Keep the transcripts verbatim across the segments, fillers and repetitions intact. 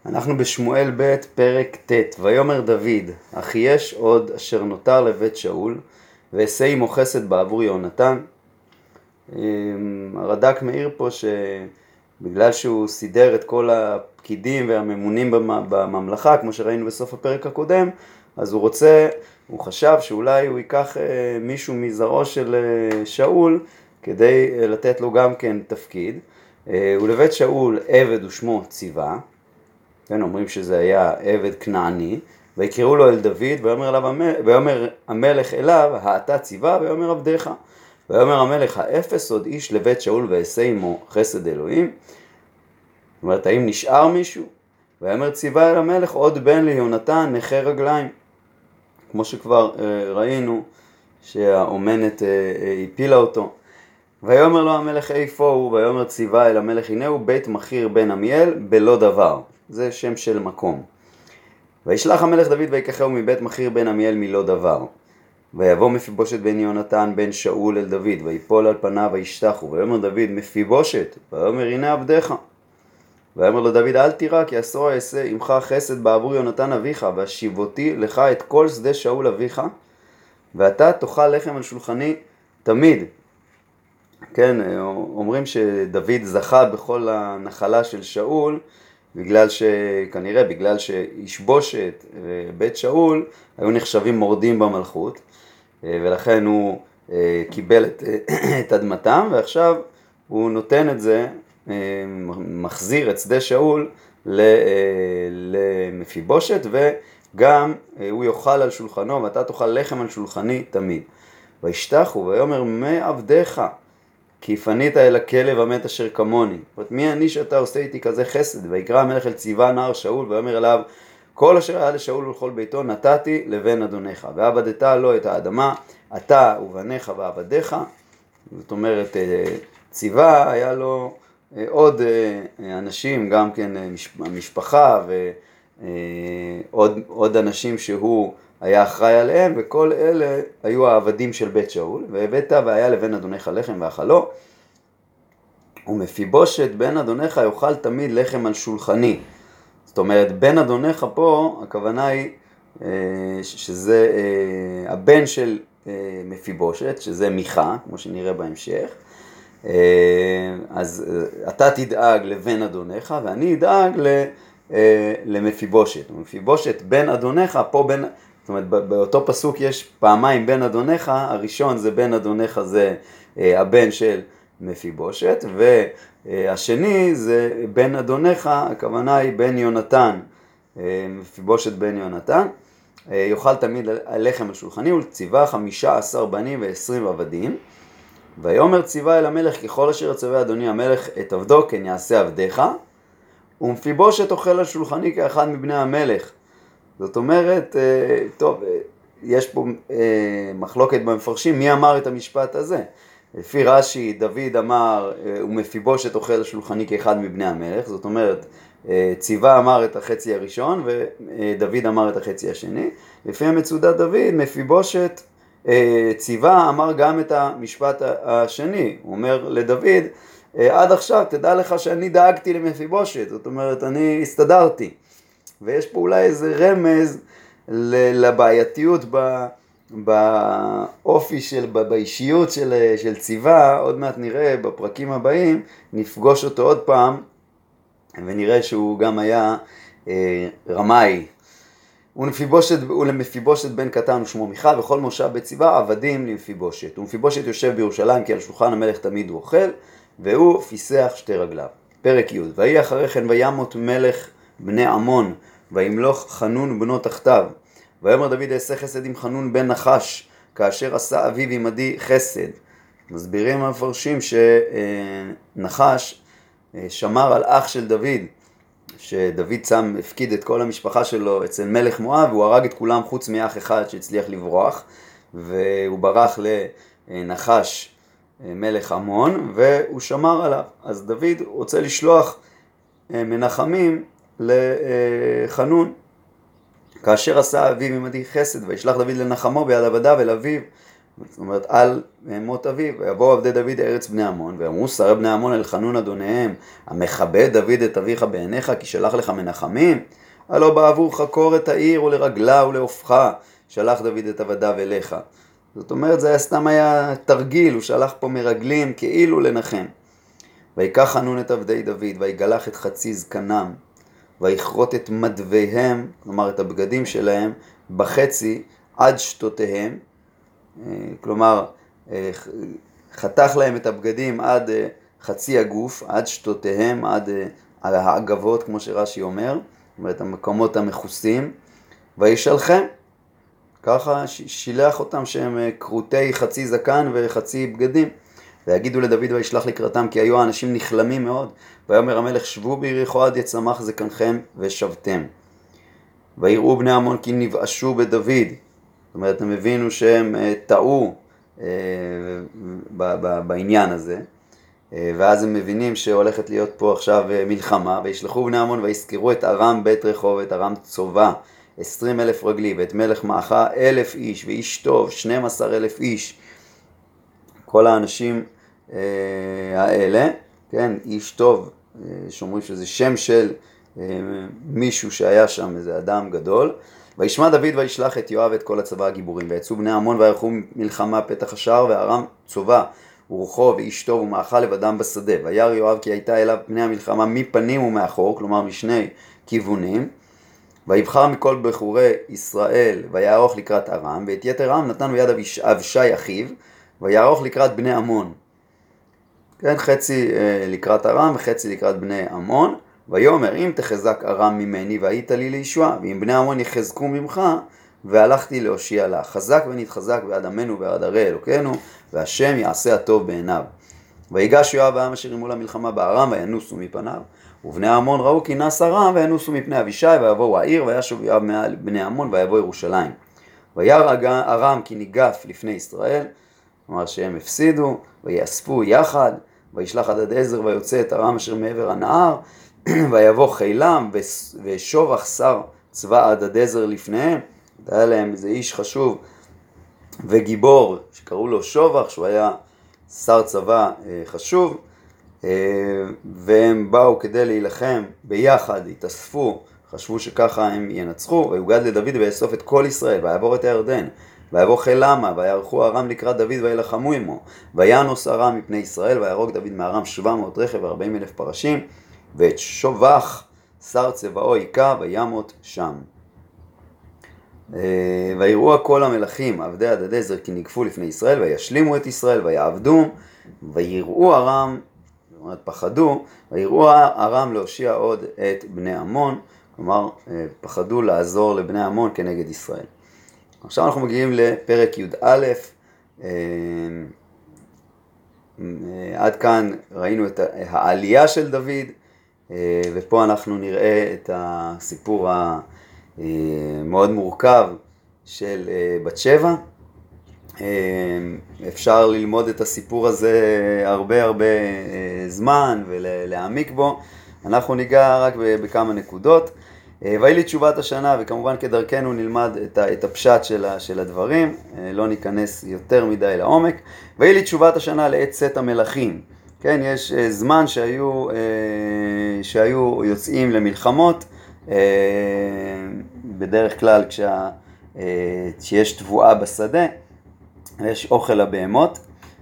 אנחנו בשמואל ב' פרק ט'. ויאמר דוד, אך יש עוד אשר נותר לבית שאול, ואעשה עמו חסד בעבור יהונתן. הרד"ק מעיר פה שבגלל שהוא סידר את כל הפקידים והממונים בממלכה, כמו שראינו בסוף הפרק הקודם, אז הוא רוצה, הוא חשב שאולי הוא ייקח מישהו מזרעו של שאול, כדי לתת לו גם כן תפקיד. ולבית שאול עבד ושמו ציווה, כן, אומרים שזה היה עבד כנעני, ויקראו לו אל דוד, ויאמר, אליו, ויאמר המלך אליו, האתה ציווה, ויאמר עבדך. ויאמר המלך, האפס עוד איש לבית שאול ואעשה עמו חסד אלוהים. זאת אומרת, האם נשאר מישהו? ויאמר ציווה אל המלך, עוד בן ליהונתן נכה רגליים. כמו שכבר ראינו שהאומנת הפילה אותו. ויאמר לו המלך איפה הוא, ויאמר ציווה אל המלך, הנה הוא בית מחיר בן עמיאל בלא דבר. זה שם של מקום. וישלח המלך דוד ויקחהו מבית מחיר בן עמיאל מלא דבר. ויבוא מפיבושת בן יהונתן בן שאול אל דוד, ויפול על פניו וישתחו. ויאמר דוד, מפיבושת, ויאמר הנה עבדך. ויאמר לו דוד, אל תירא, כי עשרה אעשה עמך חסד בעבור יהונתן אביך, והשיבותי לך את כל שדה שאול אביך, ואתה תאכל לחם על שולחני תמיד. כן, אומרים שדוד זכה בכל הנחלה של שאול, בגלל שכנראה בגלל שישבושת בית שאול היו נחשבים מורדים במלכות, ולכן הוא קיבל את, את אדמתם, ועכשיו הוא נותן את זה, מחזיר את שדה שאול למפיבושת, וגם הוא יאכל על שולחנו, ואתה תאכל לחם על שולחני תמיד. וישתחו ויאמר מה עבדך, כי פנית אל הכלב המת אשר כמוני. מי אני שאתה עושה איתי כזה חסד? ויקרא המלך אל ציווה נער שאול, ויאמר אליו, כל אשר היה לשאול ולכל ביתו נתתי לבן אדונך, ועבדת לו את האדמה, אתה ובניך ועבדיך. זאת אומרת, ציווה היה לו עוד אנשים, גם כן המשפחה, ועוד עוד אנשים שהוא היה אחראי עליהם, וכל אלה היו העבדים של בית שאול. והבאת והיה לבן אדונך לחם ואכלו, ומפיבושת בן אדונך יאכל תמיד לחם על שולחני. זאת אומרת, בן אדונך פה, הכוונה היא שזה הבן של מפיבושת, שזה מיכה, כמו שנראה בהמשך. אז אתה תדאג לבן אדונך, ואני אדאג למפיבושת. ומפיבושת בן אדונך, פה בן... זאת אומרת, באותו פסוק יש פעמיים בן אדונך, הראשון זה בן אדונך, זה הבן של מפיבושת, והשני זה בן אדונך, הכוונה היא בן יהונתן, מפיבושת בן יהונתן, יאכל תמיד הלחם על שולחני, ולציווה חמישה עשר בנים ועשרים עבדים. ויאמר ציווה אל המלך, ככל אשר יצווה אדוני המלך את עבדו, כן יעשה עבדיך, ומפיבושת אוכל על שולחני כאחד מבני המלך. זאת אומרת, טוב, יש פה מחלוקת במפרשים, מי אמר את המשפט הזה? לפי רש"י, דוד אמר, ומפיבושת אוכל על שולחני כאחד מבני המלך, זאת אומרת, ציווה אמר את החצי הראשון, ודוד אמר את החצי השני. לפי המצודת דוד, מפיבושת, ציווה אמר גם את המשפט השני. הוא אומר לדוד, עד עכשיו תדע לך שאני דאגתי למפיבושת, זאת אומרת, אני הסתדרתי. ויש פה אולי איזה רמז לבעייתיות באופי של, באישיות של, של ציווה. עוד מעט נראה בפרקים הבאים, נפגוש אותו עוד פעם, ונראה שהוא גם היה אה, רמאי. ולמפיבושת, ולמפיבושת בן קטן ושמו מיכה, וכל מושב בציווה עבדים למפיבושת. ומפיבושת יושב בירושלים, כי על שולחן המלך תמיד הוא אוכל, והוא פיסח שתי רגליו. פרק י'. ויהי אחרי כן וימות מלך בני עמון, וימלוך חנון בנו תחתיו. ויאמר דוד, אעשה חסד עם חנון בן נחש, כאשר עשה אביו עמדי חסד. מסבירים המפרשים שנחש שמר על אח של דוד, שדוד שם, הפקיד את כל המשפחה שלו אצל מלך מואב, והוא הרג את כולם חוץ מאח אחד שהצליח לברוח, והוא ברח לנחש מלך עמון, והוא שמר עליו. אז דוד רוצה לשלוח מנחמים לחנון, כאשר עשה אביו עמדי חסד, וישלח דוד לנחמו ביד עבדיו אל אביו, זאת אומרת, על מות אביו, ויבואו עבדי דוד ארץ בני עמון, ואמרו שרי בני עמון אל חנון אדוניהם, המכבד דוד את אביך בעיניך, כי שלח לך מנחמים, הלא בעבורך קור את העיר ולרגלה ולהופכה, שלח דוד את עבדיו אליך. זאת אומרת, זה היה סתם היה תרגיל, הוא שלח פה מרגלים כאילו לנחם. ויקח חנון את עבדי דוד, ויגלח את חצי זקנם, ויכרות את מדוויהם, כלומר את הבגדים שלהם, בחצי עד שתותיהם, כלומר חתך להם את הבגדים עד חצי הגוף, עד שתותיהם, עד העגבות, כמו שרש"י אומר, זאת אומרת המקומות המכוסים, וישלחם, ככה שילח אותם שהם קרוטי חצי זקן וחצי בגדים, ויגידו לדוד וישלח לקראתם, כי היו האנשים נכלמים מאוד, ויאמר המלך שבו ביריחו עד יצמח זקנכם ושבתם. ויראו בני עמון כי נבאשו בדוד, זאת אומרת הם הבינו שהם טעו בעניין הזה, ואז הם מבינים שהולכת להיות פה עכשיו מלחמה, וישלחו בני עמון ויזכרו את ארם בית רחוב, את ארם צובה, עשרים אלף רגלי, ואת מלך מעכה אלף איש, ואיש טוב, שנים עשר אלף איש. כל האנשים אה, האלה, כן, איש טוב, אה, שאומרים שזה שם של אה, מישהו שהיה שם, איזה אדם גדול. וישמע דוד וישלח את יואב את כל הצבא הגיבורים, ויצאו בני עמון ויערכו מלחמה פתח השער, וארם צובה ורוחו ואיש טוב ומאכל לבדם בשדה. וירא יואב כי הייתה אליו פני המלחמה מפנים ומאחור, כלומר משני כיוונים. ויבחר מכל בחורי ישראל ויערוך לקראת ארם, ואת יתר העם נתן ביד אבישי אחיו, ויערוך לקראת בני עמון. כן, חצי אה, לקראת ארם וחצי לקראת בני עמון. ויאמר אם תחזק ארם ממני והיית לי לישועה, ואם בני עמון יחזקו ממך והלכתי להושיע לה. חזק ונתחזק בעד עמנו ועד ערי אלוקינו, והשם יעשה הטוב בעיניו. ויגש יואב והעם אשר עמו למלחמה בארם וינוסו מפניו. ובני עמון ראו כי נס ארם וינוסו מפני אבישי, ויבואו העיר, וישוב יואב מעל בני עמון ויבוא ירושלים. וירא ארם כי ניגף לפני ישראל, כלומר שהם הפסידו, ויאספו יחד, וישלח הדדעזר ויוצא את ארם אשר מעבר הנהר, ויבוא חילם ושובח שר צבא הדדעזר לפניהם. היה להם איזה איש חשוב וגיבור שקראו לו שובח, שהוא היה שר צבא חשוב, והם באו כדי להילחם ביחד, התאספו, חשבו שככה הם ינצחו. ויוגד לדוד ויאסוף את כל ישראל, ויעבור את הירדן, ויבוא חיל למה, ויערכו ארם לקראת דוד וילחמו עמו. וינוס ארם מפני ישראל, ויהרוג דוד מארם שבע מאות רכב וארבעים אלף פרשים, ואת שובח שר צבאו היכה וימות שם. ויראו כל המלכים עבדי הדדעזר כי ניגפו לפני ישראל, וישלימו את ישראל ויעבדו, ויראו ארם, זאת אומרת פחדו, ויראו ארם להושיע עוד את בני עמון, כלומר פחדו לעזור לבני עמון כנגד ישראל. עכשיו אנחנו מגיעים לפרק י"א, עד כאן ראינו את העלייה של דוד, ופה אנחנו נראה את הסיפור המאוד מורכב של בת שבע. אפשר ללמוד את הסיפור הזה הרבה הרבה זמן ולהעמיק בו. אנחנו ניגע רק בכמה נקודות. ויהי לתשובת השנה, וכמובן כדרכנו נלמד את הפשט של הדברים, לא ניכנס יותר מדי לעומק. ויהי לתשובת השנה לעת צאת המלכים. כן, יש זמן שהיו, שהיו יוצאים למלחמות, בדרך כלל כשה, כשיש תבואה בשדה, יש אוכל לבהמות.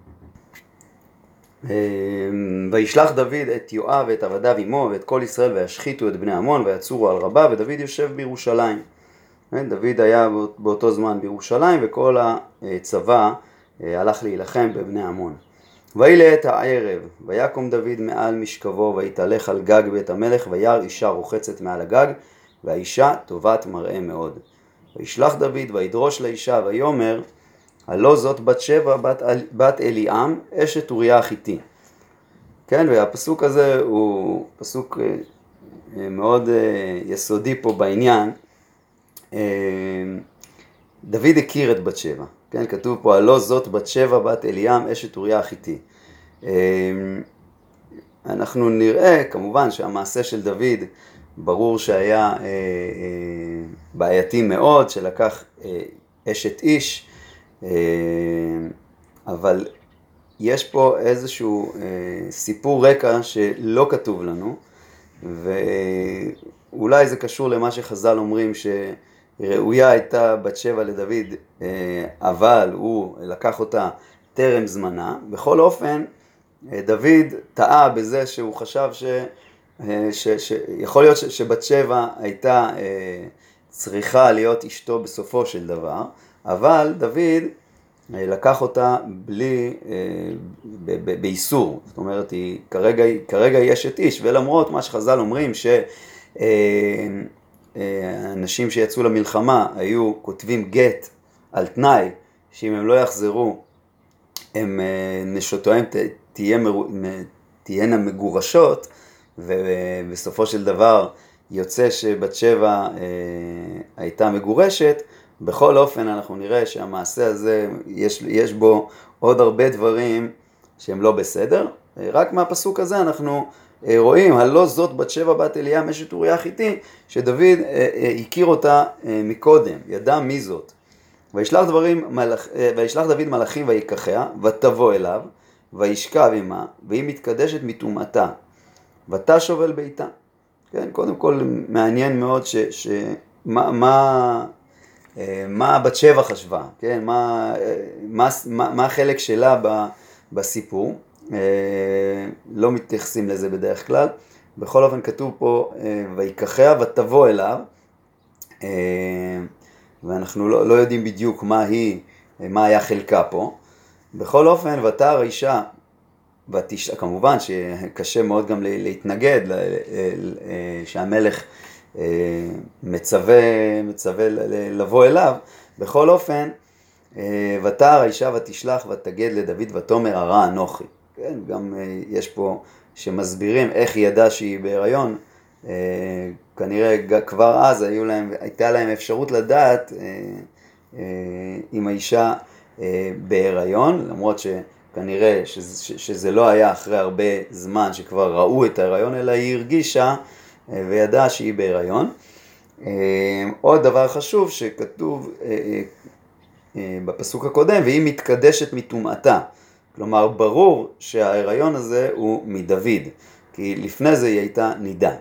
וישלח דוד את יואב ואת עבדיו עמו ואת כל ישראל וישחיתו את בני עמון ויצורו על רבה, ודוד יושב בירושלים. דוד היה באותו זמן בירושלים, וכל הצבא הלך להילחם בבני עמון. ויהי לעת הערב, ויקום דוד מעל משכבו ויתהלך על גג בית המלך, וירא אישה רוחצת מעל הגג, והאישה טובת מראה מאוד. וישלח דוד וידרוש לאישה ויאמר, הלא זאת בת שבע בת, בת אליעם אשת אוריה החיתי. כן, והפסוק הזה הוא פסוק מאוד יסודי פה בעניין. דוד הכיר את בת שבע. כן, כתוב פה, הלא זאת בת שבע בת אליעם אשת אוריה החיתי. אנחנו נראה כמובן שהמעשה של דוד ברור שהיה בעייתי מאוד, שלקח אשת איש אבל יש פה איזשהו סיפור רקע שלא כתוב לנו, ואולי זה קשור למה שחז"ל אומרים שראויה הייתה בת שבע לדוד, אבל הוא לקח אותה טרם זמנה. בכל אופן, דוד טעה בזה שהוא חשב ש... ש... שיכול להיות ש... שבת שבע הייתה צריכה להיות אשתו בסופו של דבר, אבל דוד לקח אותה בלי, ב... ב... באיסור. זאת אומרת, היא, כרגע, כרגע יש את איש, ולמרות מה שחז"ל אומרים שאנשים שיצאו למלחמה היו כותבים גט על תנאי, שאם הם לא יחזרו, הם נשותיהם תהיה, תהיינה מגורשות, ובסופו של דבר יוצא שבת שבע הייתה מגורשת. בכל אופן אנחנו נראה שהמעשה הזה יש, יש בו עוד הרבה דברים שהם לא בסדר. רק מהפסוק הזה אנחנו רואים, הלא זאת בת שבע בת אליה אשת אוריה החיתי, שדוד הכיר אותה מקודם, ידע מי זאת. וישלח, דברים, מלאכ... וישלח דוד מלאכים ויקחיה, ותבוא אליו, וישכב עמה, והיא מתקדשת מטומאתה, ותשוב אל ביתה. כן, קודם כל מעניין מאוד ש... ש... מה, מה, מה בת שבע חשבה, כן, מה, מה, מה, מה החלק שלה ב... בסיפור. לא מתייחסים לזה בדרך כלל. בכל אופן כתוב פה, ויקחיה ותבוא אליו, ואנחנו לא, לא יודעים בדיוק מה היא, מה היה חלקה פה. בכל אופן, ותער האישה, ותש... כמובן שקשה מאוד גם להתנגד, שהמלך מצווה, מצווה לבוא אליו. בכל אופן, ותער האישה ותשלח ותגד לדוד ותאמר הרע אנוכי. כן, גם יש פה שמסבירים איך היא ידעה שהיא בהיריון. כנראה כבר אז היו להם, הייתה להם אפשרות לדעת אם האישה בהיריון, למרות שכנראה שזה, שזה לא היה אחרי הרבה זמן שכבר ראו את ההיריון, אלא היא הרגישה וידעה שהיא בהיריון. עוד דבר חשוב שכתוב בפסוק הקודם, והיא מתקדשת מטומאתה. כלומר, ברור שההיריון הזה הוא מדוד, כי לפני זה היא הייתה נידה.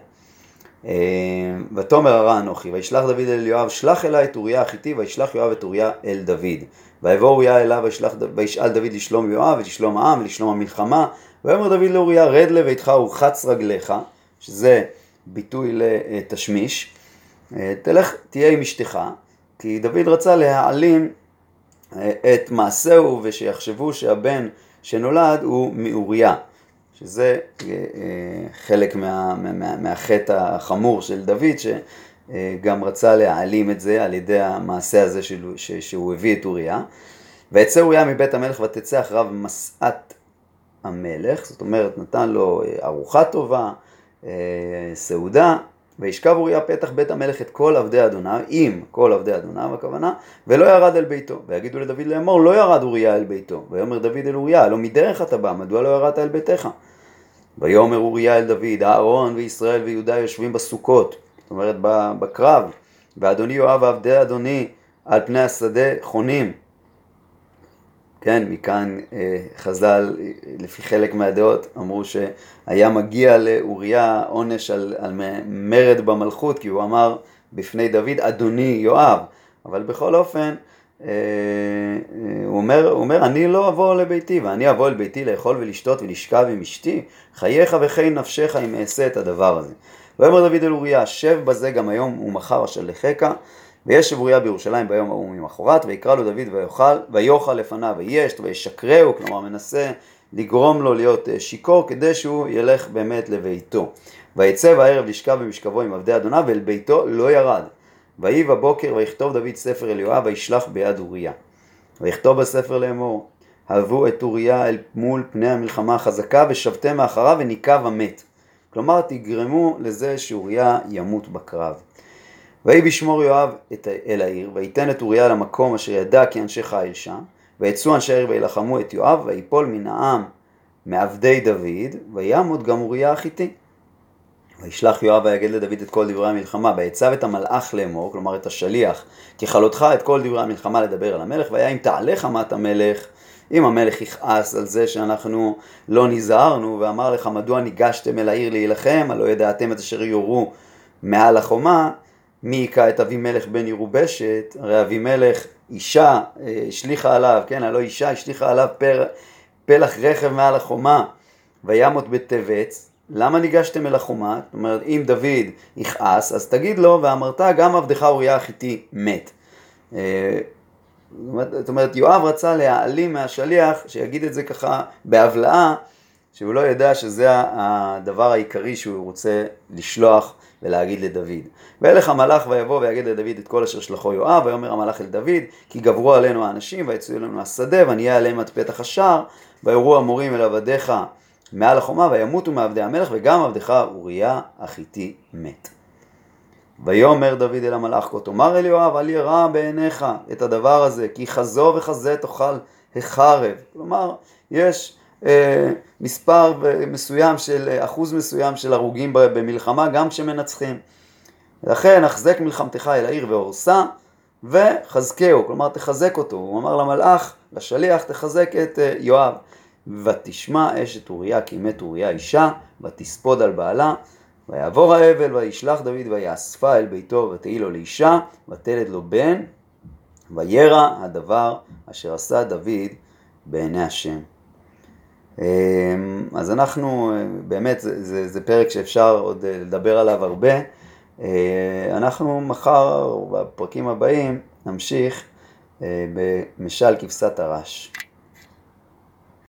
ותאמר הרע אנוכי, וישלח דוד אל יואב, שלח אליי את אוריה החיתי, וישלח יואב את אוריה אל דוד. ויבוא אוריה אליו, וישאל דוד לשלום יואב, ולשלום העם, ולשלום המלחמה. ויאמר דוד לאוריה, רד לביתך ורחץ רגליך, שזה ביטוי לתשמיש, תלך תהיה עם אשתך, כי דוד רצה להעלים את מעשהו, ושיחשבו שהבן שנולד הוא מאוריה, שזה חלק מה, מה, מהחטא החמור של דוד, שגם רצה להעלים את זה על ידי המעשה הזה שהוא, שהוא הביא את אוריה. ויצא אוריה מבית המלך ותצא אחריו מסעת המלך, זאת אומרת נתן לו ארוחה טובה, סעודה, וישכב אוריה פתח בית המלך את כל עבדי אדוניו, עם כל עבדי אדוניו הכוונה, ולא ירד אל ביתו. ויגידו לדוד לאמור, לא ירד אוריה אל ביתו. ויאמר דוד אל אוריה, לא מדרך אתה בא, מדוע לא ירדת אל ביתך? ויאמר אוריה אל דוד, אהרון וישראל ויהודה יושבים בסוכות, זאת אומרת בקרב, ואדוני יואב ועבדי אדוני על פני השדה חונים. כן, מכאן חז"ל, לפי חלק מהדעות, אמרו שהיה מגיע לאוריה עונש על, על מרד במלכות, כי הוא אמר בפני דוד, אדוני יואב. אבל בכל אופן, הוא אומר, הוא אומר, אני לא אבוא לביתי, ואני אבוא אל ביתי לאכול ולשתות ולשכב עם אשתי, חייך וחי נפשך אם אעשה את הדבר הזה. ואומר דוד אל אוריה, שב בזה גם היום ומחר אשלחך, וישב אוריה בירושלים ביום ההוא ממחרת, ויקרא לו דוד ויאכל, ויאכל לפניו וישת וישקרהו, כלומר מנסה לגרום לו להיות שיקור, כדי שהוא ילך באמת לביתו. ויצא בערב לשכב במשכבו עם עבדי אדוניו, ואל ביתו לא ירד. ויהי בבוקר ויכתוב דוד ספר אל יואב, וישלח ביד אוריה. ויכתוב בספר לאמור, הבו את אוריה אל מול פני המלחמה החזקה, ושבתם מאחריו וניקב המת. כלומר תגרמו לזה שאוריה ימות בקרב. ויהי בשמור יואב את, אל העיר, ויתן את אוריה למקום אשר ידע כי אנשי חיל שם, ויצאו אנשי העיר וילחמו את יואב, ויפול מן העם מעבדי דוד, וימות גם אוריה החיתי. וישלח יואב ויגד לדוד את כל דברי המלחמה, ויצב את המלאך לאמור, כלומר את השליח, ככלותך את כל דברי המלחמה לדבר על המלך, והיה אם תעלה חמת המלך, אם המלך יכעס על זה שאנחנו לא נזהרנו, ואמר לך מדוע ניגשתם אל העיר להילחם, הלא ידעתם את אשר יורו מעל החומה, מי יקע את אבימלך בן ירובשת, הרי אבימלך אישה השליחה עליו, כן, הלא אישה השליחה עליו פר, פלח רכב מעל החומה, וימות בטבץ, למה ניגשתם אל החומה? זאת אומרת, אם דוד יכעס, אז תגיד לו, ואמרת, גם עבדך אוריה החיתי מת. זאת אומרת, יואב רצה להעלים מהשליח, שיגיד את זה ככה בהבלעה, שהוא לא ידע שזה הדבר העיקרי שהוא רוצה לשלוח ולהגיד לדוד. וילך המלאך ויבוא ויגיד לדוד את כל אשר שלחו יואב, ויאמר המלאך אל דוד, כי גברו עלינו האנשים, ויצאו אלינו השדה, ונהיה עליהם עד פתח השער, ויורו המורים אל עבדיך מעל החומה, וימותו מעבדי המלך, וגם עבדך אוריה החיתי מת. ויאמר דוד אל המלאך, כה תאמר אל יואב, אל ירע בעיניך את הדבר הזה, כי חזו וחזה תאכל החרב. כלומר, יש אה, מספר מסוים של, אחוז מסוים של הרוגים במלחמה, גם כשמנצחים. לכן, החזק מלחמתך אל העיר והורסה, וחזקהו, כלומר תחזק אותו. הוא אמר למלאך, לשליח, תחזק את אה, יואב. ותשמע אשת אוריה, כי מת אוריה אישה, ותספוד על בעלה, ויעבור האבל, וישלח דוד, ויאספה אל ביתו, ותהי לו לאישה, ותלד לו בן, וירא הדבר אשר עשה דוד בעיני השם. אז אנחנו, באמת, זה, זה, זה פרק שאפשר עוד לדבר עליו הרבה. אנחנו מחר, בפרקים הבאים, נמשיך במשל כבשת הרש.